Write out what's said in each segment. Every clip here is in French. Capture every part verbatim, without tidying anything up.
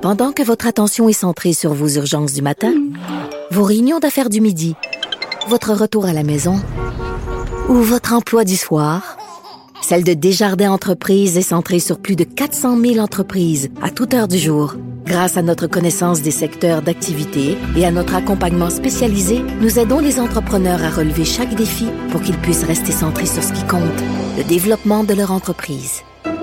Pendant que votre attention est centrée sur vos urgences du matin, vos réunions d'affaires du midi, votre retour à la maison ou votre emploi du soir, celle de Desjardins Entreprises est centrée sur plus de quatre cent mille entreprises à toute heure du jour. Grâce à notre connaissance des secteurs d'activité et à notre accompagnement spécialisé, nous aidons les entrepreneurs à relever chaque défi pour qu'ils puissent rester centrés sur ce qui compte, le développement de leur entreprise.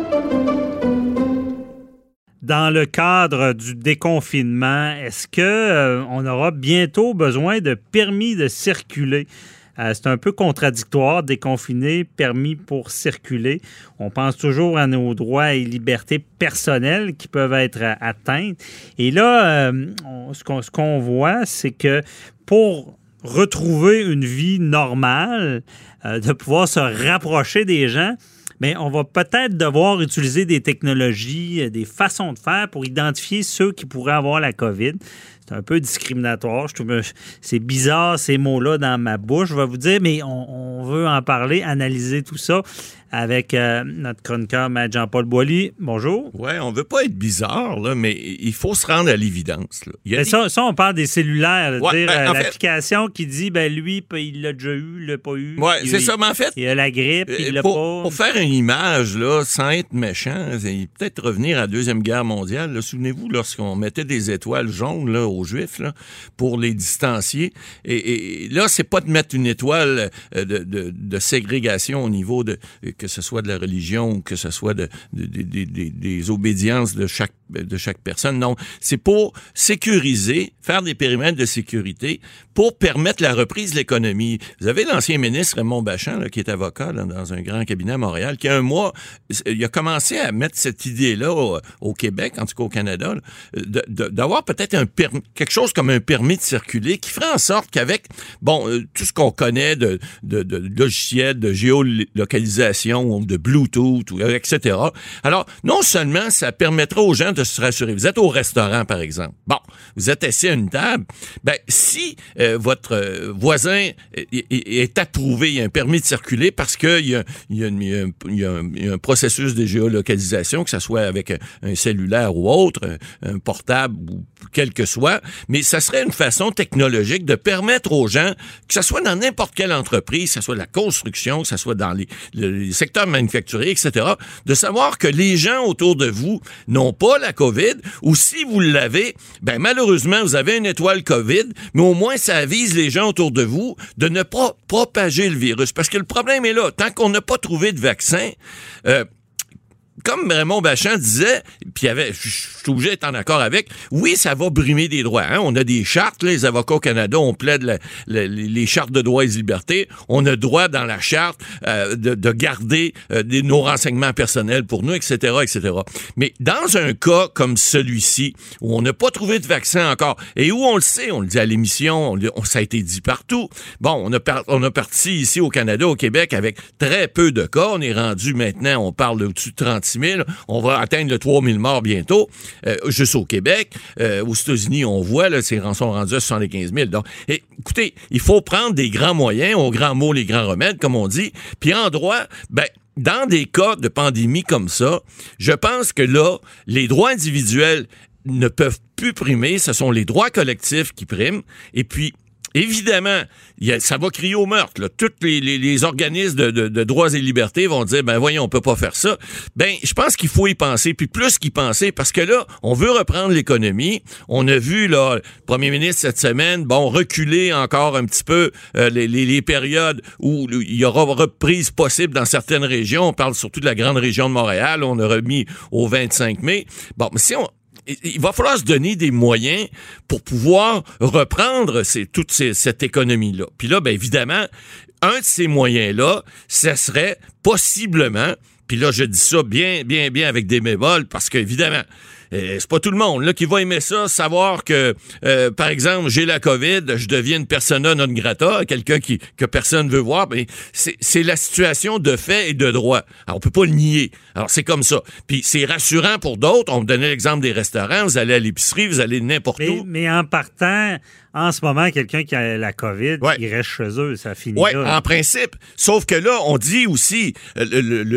Dans le cadre du déconfinement, est-ce que euh, on aura bientôt besoin de permis de circuler? Euh, c'est un peu contradictoire, déconfiner, permis pour circuler. On pense toujours à nos droits et libertés personnelles qui peuvent être euh, atteintes. Et là, euh, on, ce, qu'on, ce qu'on voit, c'est que pour retrouver une vie normale, euh, de pouvoir se rapprocher des gens, mais on va peut-être devoir utiliser des technologies, des façons de faire pour identifier ceux qui pourraient avoir la COVID. C'est un peu discriminatoire. Je trouve c'est bizarre ces mots-là dans ma bouche. Je vais vous dire, mais on, on veut en parler, analyser tout ça avec euh, notre chroniqueur, Maître Jean-Paul Boilly. Bonjour. Oui, on veut pas être bizarre, là, mais il faut se rendre à l'évidence. Là. Il y a mais des... ça, ça, on parle des cellulaires. Ouais, dire ben, euh, fait... l'application qui dit, ben lui, il l'a déjà eu, il l'a pas eu. Oui, c'est il, ça, mais en fait... Il a la grippe, il l'a pour, pas. Pour faire une image, là, sans être méchant, c'est peut-être revenir à la Deuxième Guerre mondiale. Là, souvenez-vous, lorsqu'on mettait des étoiles jaunes là, aux Juifs là, pour les distancier. Et, et là, c'est pas de mettre une étoile de, de, de ségrégation au niveau de... que ce soit de la religion ou que ce soit de, de, de, de, de, des obédiences de chaque, de chaque personne. Non, c'est pour sécuriser, faire des périmètres de sécurité pour permettre la reprise de l'économie. Vous avez l'ancien ministre Raymond Bachand, là, qui est avocat là, dans un grand cabinet à Montréal, qui a un mois, il a commencé à mettre cette idée-là au, au Québec, en tout cas au Canada, là, de, de, d'avoir peut-être un permis, quelque chose comme un permis de circuler qui ferait en sorte qu'avec, bon, euh, tout ce qu'on connaît de, de, de logiciels, de géolocalisation ou de Bluetooth, et cetera. Alors, non seulement ça permettra aux gens de se rassurer. Vous êtes au restaurant, par exemple. Bon, vous êtes assis à une table. Ben, si euh, votre euh, voisin est, est, est approuvé, il y a un permis de circuler parce qu'il y a, il y a, il y a, un, il y a, un, il y a un processus de géolocalisation, que ce soit avec un, un cellulaire ou autre, un, un portable ou quel que soit, mais ça serait une façon technologique de permettre aux gens, que ce soit dans n'importe quelle entreprise, que ce soit la construction, que ce soit dans les, les secteurs manufacturiers, et cetera, de savoir que les gens autour de vous n'ont pas la COVID, ou si vous l'avez, ben malheureusement, vous avez une étoile COVID, mais au moins ça avise les gens autour de vous de ne pas propager le virus. Parce que le problème est là, tant qu'on n'a pas trouvé de vaccin, euh, comme Raymond Bachand disait, puis il avait, je suis obligé d'être en accord avec, oui, ça va brimer des droits. Hein? On a des chartes, là, les avocats au Canada, on plaide la, la, les chartes de droits et libertés. On a droit dans la charte euh, de, de garder euh, des, nos renseignements personnels pour nous, et cetera, et cetera. Mais dans un cas comme celui-ci, où on n'a pas trouvé de vaccin encore, et où on le sait, on le dit à l'émission, on, on, ça a été dit partout. Bon, on a, par, on a parti ici au Canada, au Québec, avec très peu de cas. On est rendu maintenant, on parle au-dessus de trente-six mille. On va atteindre le trois mille morts bientôt, euh, juste au Québec. Euh, aux États-Unis, on voit, là, ces rançons sont rendus à soixante-quinze mille. Donc, et, écoutez, il faut prendre des grands moyens, aux grands mots, les grands remèdes, comme on dit. Puis en droit, ben, dans des cas de pandémie comme ça, je pense que là, les droits individuels ne peuvent plus primer. Ce sont les droits collectifs qui priment. Et puis, évidemment, y a, ça va crier au meurtre. Là. Tous les, les, les organismes de, de, de droits et libertés vont dire, ben voyons, on peut pas faire ça. Ben, je pense qu'il faut y penser, puis plus qu'y penser, parce que là, on veut reprendre l'économie. On a vu, là, le premier ministre cette semaine, bon, reculer encore un petit peu euh, les, les, les périodes où il y aura reprise possible dans certaines régions. On parle surtout de la grande région de Montréal. On a remis au vingt-cinq mai. Bon, mais si on... il va falloir se donner des moyens pour pouvoir reprendre ces, toute ces, cette économie-là. Puis là, bien évidemment, un de ces moyens-là, ça serait possiblement, puis là, je dis ça bien, bien, bien avec des bémols, parce qu'évidemment, Euh, c'est pas tout le monde là qui va aimer ça, savoir que, euh, par exemple, j'ai la COVID, je deviens une persona non grata, quelqu'un qui que personne veut voir. Mais c'est, c'est la situation de fait et de droit. Alors, on peut pas le nier. Alors, c'est comme ça. Puis, c'est rassurant pour d'autres. On me donnait l'exemple des restaurants. Vous allez à l'épicerie, vous allez n'importe mais, où. Mais en partant, en ce moment, quelqu'un qui a la COVID, ouais. il reste chez eux. Ça finit ouais, là. Oui, en principe. Sauf que là, on dit aussi, le, le, le,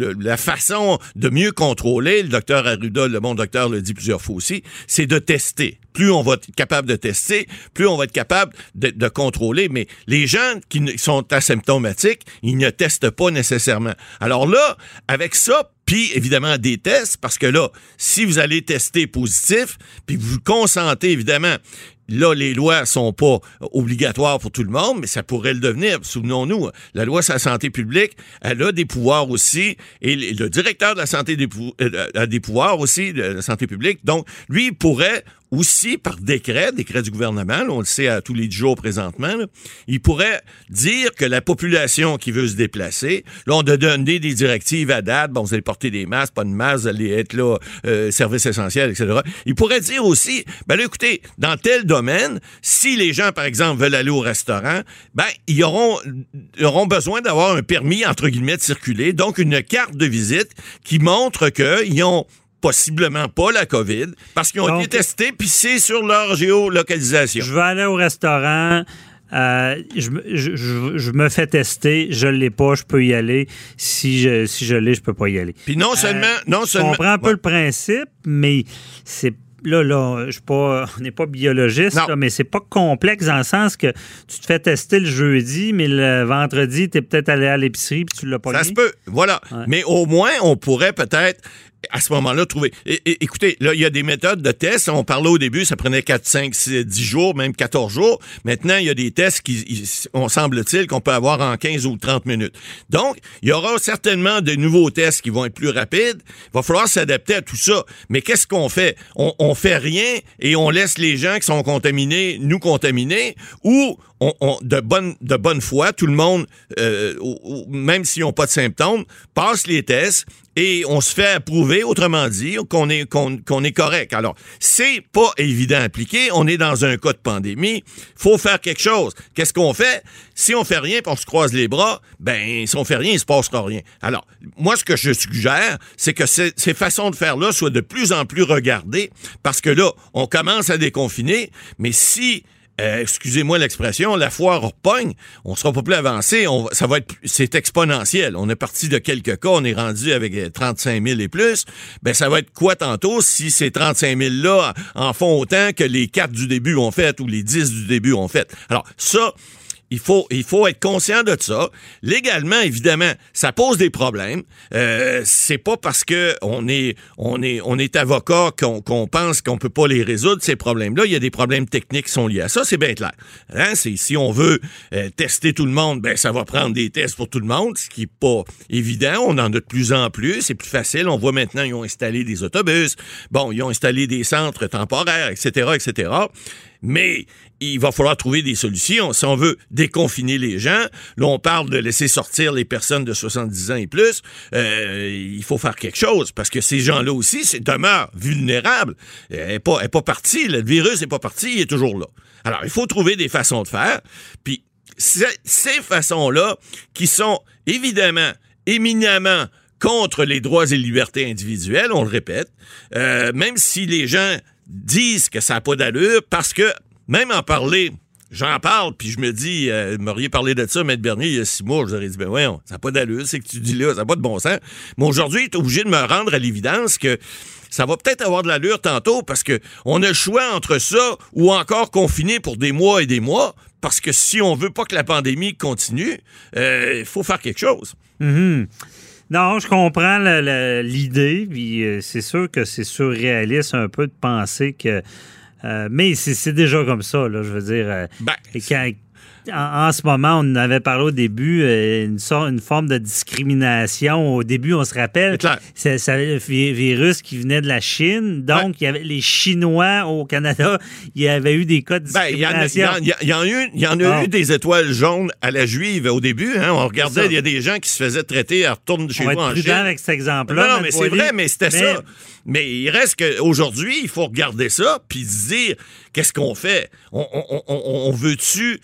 le, la façon de mieux contrôler, le docteur Arruda, le bon docteur l'a dit plusieurs fois aussi, c'est de tester. Plus on va être capable de tester, plus on va être capable de, de contrôler. Mais les gens qui sont asymptomatiques, ils ne testent pas nécessairement. Alors là, avec ça, puis évidemment des tests, parce que là, si vous allez tester positif, puis vous consentez évidemment, là, les lois sont pas obligatoires pour tout le monde, mais ça pourrait le devenir. Souvenons-nous, la loi sur la santé publique, elle a des pouvoirs aussi, et le directeur de la santé des pou- euh, a des pouvoirs aussi de la santé publique. Donc, lui, il pourrait aussi, par décret, décret du gouvernement, là, on le sait à tous les jours présentement, là, il pourrait dire que la population qui veut se déplacer, là, on a donné des directives à date, bon, vous allez porter des masques, pas de masques, vous allez être là, euh, service essentiel, et cetera. Il pourrait dire aussi, ben là, écoutez, dans tel domaine, si les gens, par exemple, veulent aller au restaurant, ben, ils auront, ils auront besoin d'avoir un permis, entre guillemets, de circuler, donc une carte de visite qui montre qu'ils ont possiblement pas la COVID, parce qu'ils ont Donc, été testés, puis c'est sur leur géolocalisation. Je vais aller au restaurant, euh, je, je, je, je me fais tester, je l'ai pas, je peux y aller. Si je, si je l'ai, je peux pas y aller. Puis non seulement... Euh, non seulement je comprends un peu ouais. le principe, mais c'est Là, là, je suis pas, on n'est pas biologiste, là, mais c'est pas complexe dans le sens que tu te fais tester le jeudi, mais le vendredi, tu es peut-être allé à l'épicerie puis tu l'as pas Ça mis. se peut, voilà. Ouais. Mais au moins, on pourrait peut-être à ce moment-là, trouver... É- é- écoutez, là, il y a des méthodes de tests. On parlait au début, ça prenait quatre, cinq, six, dix jours, même quatorze jours. Maintenant, il y a des tests qui, ils, on semble-t-il, qu'on peut avoir en quinze ou trente minutes. Donc, il y aura certainement de nouveaux tests qui vont être plus rapides. Il va falloir s'adapter à tout ça. Mais qu'est-ce qu'on fait? On, on fait rien et on laisse les gens qui sont contaminés nous contaminer, ou on, on, de bonne de bonne foi, tout le monde, euh, ou, ou, même s'ils n'ont pas de symptômes, passe les tests et on se fait approuver, autrement dit, qu'on est, qu'on, qu'on est correct. Alors, c'est pas évident à appliquer. On est dans un cas de pandémie. Faut faire quelque chose. Qu'est-ce qu'on fait? Si on fait rien et on se croise les bras, ben, si on fait rien, il se passera rien. Alors, moi, ce que je suggère, c'est que ces, ces façons de faire-là soient de plus en plus regardées, parce que là, on commence à déconfiner, mais si... Euh, excusez-moi l'expression, la foire repogne, on sera pas plus avancé, on, ça va être, c'est exponentiel. On est parti de quelques cas, on est rendu avec trente-cinq mille et plus. Ben, ça va être quoi tantôt si ces trente-cinq mille-là en font autant que les quatre du début ont fait ou les dix du début ont fait? Alors, ça, Il faut, il faut être conscient de ça. Légalement, évidemment, ça pose des problèmes. Euh, c'est pas parce que on est, on est, on est avocat qu'on, qu'on pense qu'on peut pas les résoudre, ces problèmes-là. Il y a des problèmes techniques qui sont liés à ça, c'est bien clair. Hein? C'est, si on veut euh, tester tout le monde, ben ça va prendre des tests pour tout le monde, ce qui est pas évident. On en a de plus en plus, c'est plus facile. On voit maintenant, ils ont installé des autobus. Bon, ils ont installé des centres temporaires, et cetera, et cetera. Mais il va falloir trouver des solutions. Si on veut déconfiner les gens, là, on parle de laisser sortir les personnes de soixante-dix ans et plus, euh, il faut faire quelque chose, parce que ces gens-là aussi c'est, demeurent vulnérables. Elle n'est pas, elle est pas partie, le virus n'est pas parti, il est toujours là. Alors, il faut trouver des façons de faire, puis ces, ces façons-là, qui sont évidemment, éminemment contre les droits et libertés individuelles, on le répète, euh, même si les gens disent que ça n'a pas d'allure, parce que, même en parler, j'en parle, puis je me dis, euh, vous m'auriez parlé de ça, Maître Bernier, il y a six mois, je vous aurais dit, ben voyons, ça n'a pas d'allure, c'est que tu dis là, ça n'a pas de bon sens. Mais aujourd'hui, tu es obligé de me rendre à l'évidence que ça va peut-être avoir de l'allure tantôt, parce que on a le choix entre ça ou encore confiner pour des mois et des mois, parce que si on veut pas que la pandémie continue, il euh, faut faire quelque chose. Mm-hmm. Non, je comprends la, la, l'idée, puis euh, c'est sûr que c'est surréaliste un peu de penser que... Euh, mais c'est, c'est déjà comme ça, là, je veux dire. Euh, ben, quand, en, en ce moment, on en avait parlé au début, euh, une, sorte, une forme de discrimination. Au début, on se rappelle, c'est, c'est le virus qui venait de la Chine. Donc, ouais. Il y avait les Chinois au Canada, il y avait eu des cas de discrimination. Ben, il y, y, y en a eu, y en a oh. eu des étoiles jaunes à la juive au début. Hein, on regardait, il y a des gens qui se faisaient traiter à retourne chez vous en Chine. On va être prudent avec cet exemple-là. Non, non mais c'est vrai, mais c'était mais... ça. Mais il reste qu'aujourd'hui, il faut regarder ça puis se dire, qu'est-ce qu'on fait? On, on, on, on veut-tu qu'on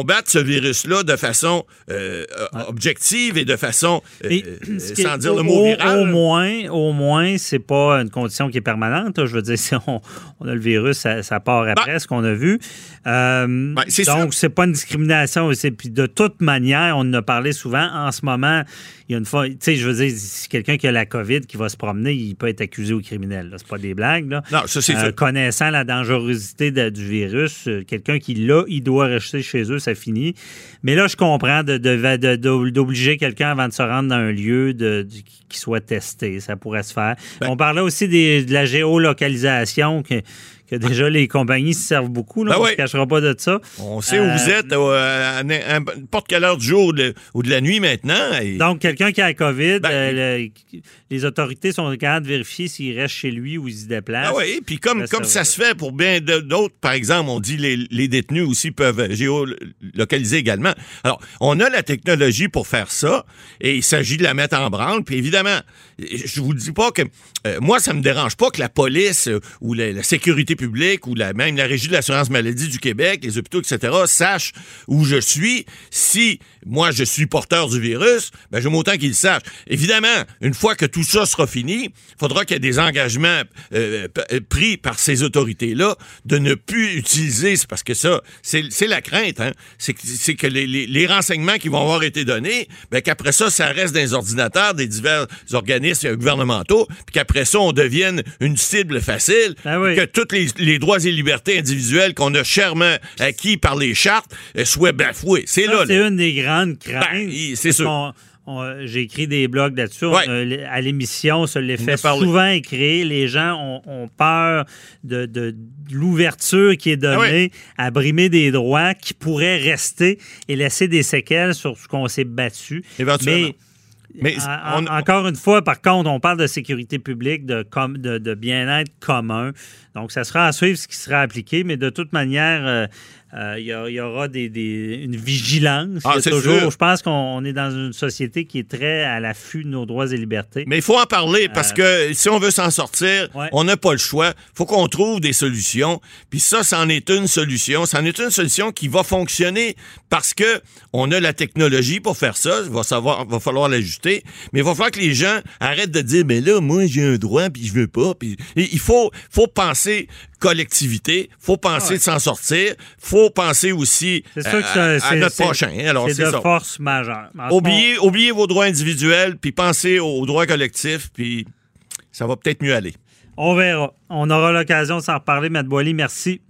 combattre ce virus-là de façon euh, ouais. objective et de façon, euh, et, euh, sans est, dire le au, mot viral. Au moins, au moins, c'est pas une condition qui est permanente. Là. Je veux dire, si on, on a le virus, ça, ça part après, ben, ce qu'on a vu. Euh, ben, c'est donc, sûr. C'est pas une discrimination. Puis de toute manière, on en a parlé souvent. En ce moment, il y a une fois, tu sais, je veux dire, si quelqu'un qui a la COVID qui va se promener, il peut être accusé au criminel. Là. C'est pas des blagues. Là. Non, ça, c'est euh, connaissant la dangerosité de, du virus, quelqu'un qui l'a, il doit rester chez eux, ça finit. Mais là, je comprends de, de, de, de, d'obliger quelqu'un avant de se rendre dans un lieu de, de, qui soit testé. Ça pourrait se faire. Ben, on parlait aussi des, de la géolocalisation que que déjà les compagnies se servent beaucoup. Là, ben on ne oui. se cachera pas de ça. On sait euh, où vous êtes euh, à n'importe quelle heure du jour ou de, ou de la nuit maintenant. Et... Donc, quelqu'un qui a la COVID, ben, euh, le, les autorités sont capables de vérifier s'il reste chez lui ou il se déplace. Ben oui, puis comme, comme ça, ça se fait pour bien d'autres, par exemple, on dit les, les détenus aussi peuvent géolocaliser également. Alors, on a la technologie pour faire ça et il s'agit de la mettre en branle. Puis évidemment, je vous dis pas que... Euh, moi, ça me dérange pas que la police euh, ou la, la sécurité publique ou la, même la Régie de l'assurance maladie du Québec, les hôpitaux, et cetera, sachent où je suis. Si moi, je suis porteur du virus, ben, j'aime autant qu'ils le sachent. Évidemment, une fois que tout ça sera fini, il faudra qu'il y ait des engagements euh, p- pris par ces autorités-là de ne plus utiliser, c'est parce que ça, c'est, c'est la crainte, hein, c'est que, c'est que les, les, les renseignements qui vont avoir été donnés, ben, qu'après ça, ça reste dans les ordinateurs des divers organismes gouvernementaux, puis qu'après ça, on devienne une cible facile, ah oui. que tous les, les droits et libertés individuelles qu'on a chèrement acquis par les chartes euh, soient bafoués. C'est ça, là. C'est là. une des grandes craintes. Ben, c'est sûr. On, on, j'ai écrit des blogs là-dessus. Ouais. On, à l'émission, ça l'est fait souvent écrire. Les gens ont, ont peur de, de, de l'ouverture qui est donnée ah oui. à brimer des droits qui pourraient rester et laisser des séquelles sur ce qu'on s'est battu. Éventuellement. Mais, Mais en, on... Encore une fois, par contre, on parle de sécurité publique, de, com... de, de bien-être commun. Donc, ça sera à suivre ce qui sera appliqué, mais de toute manière, euh, euh, y, a, y aura des, des, une vigilance. Ah, c'est toujours, sûr. je pense qu'on est dans une société qui est très à l'affût de nos droits et libertés. Mais il faut en parler parce euh... que si on veut s'en sortir, ouais. on n'a pas le choix. Il faut qu'on trouve des solutions. Puis ça, c'en est une solution. C'en est une solution qui va fonctionner parce que on a la technologie pour faire ça. Il va, savoir, va falloir l'ajuster. Mais il va falloir que les gens arrêtent de dire, mais là, moi, j'ai un droit puis je veux pas. Puis il faut, faut penser collectivité, faut penser ouais. de s'en sortir, faut penser aussi c'est sûr que à, c'est, à notre c'est, prochain. Alors, c'est, c'est de ça. Force majeure. Oubliez, on... oubliez vos droits individuels, puis pensez aux droits collectifs, puis ça va peut-être mieux aller. On verra. On aura l'occasion de s'en reparler, Matt Boily. Merci.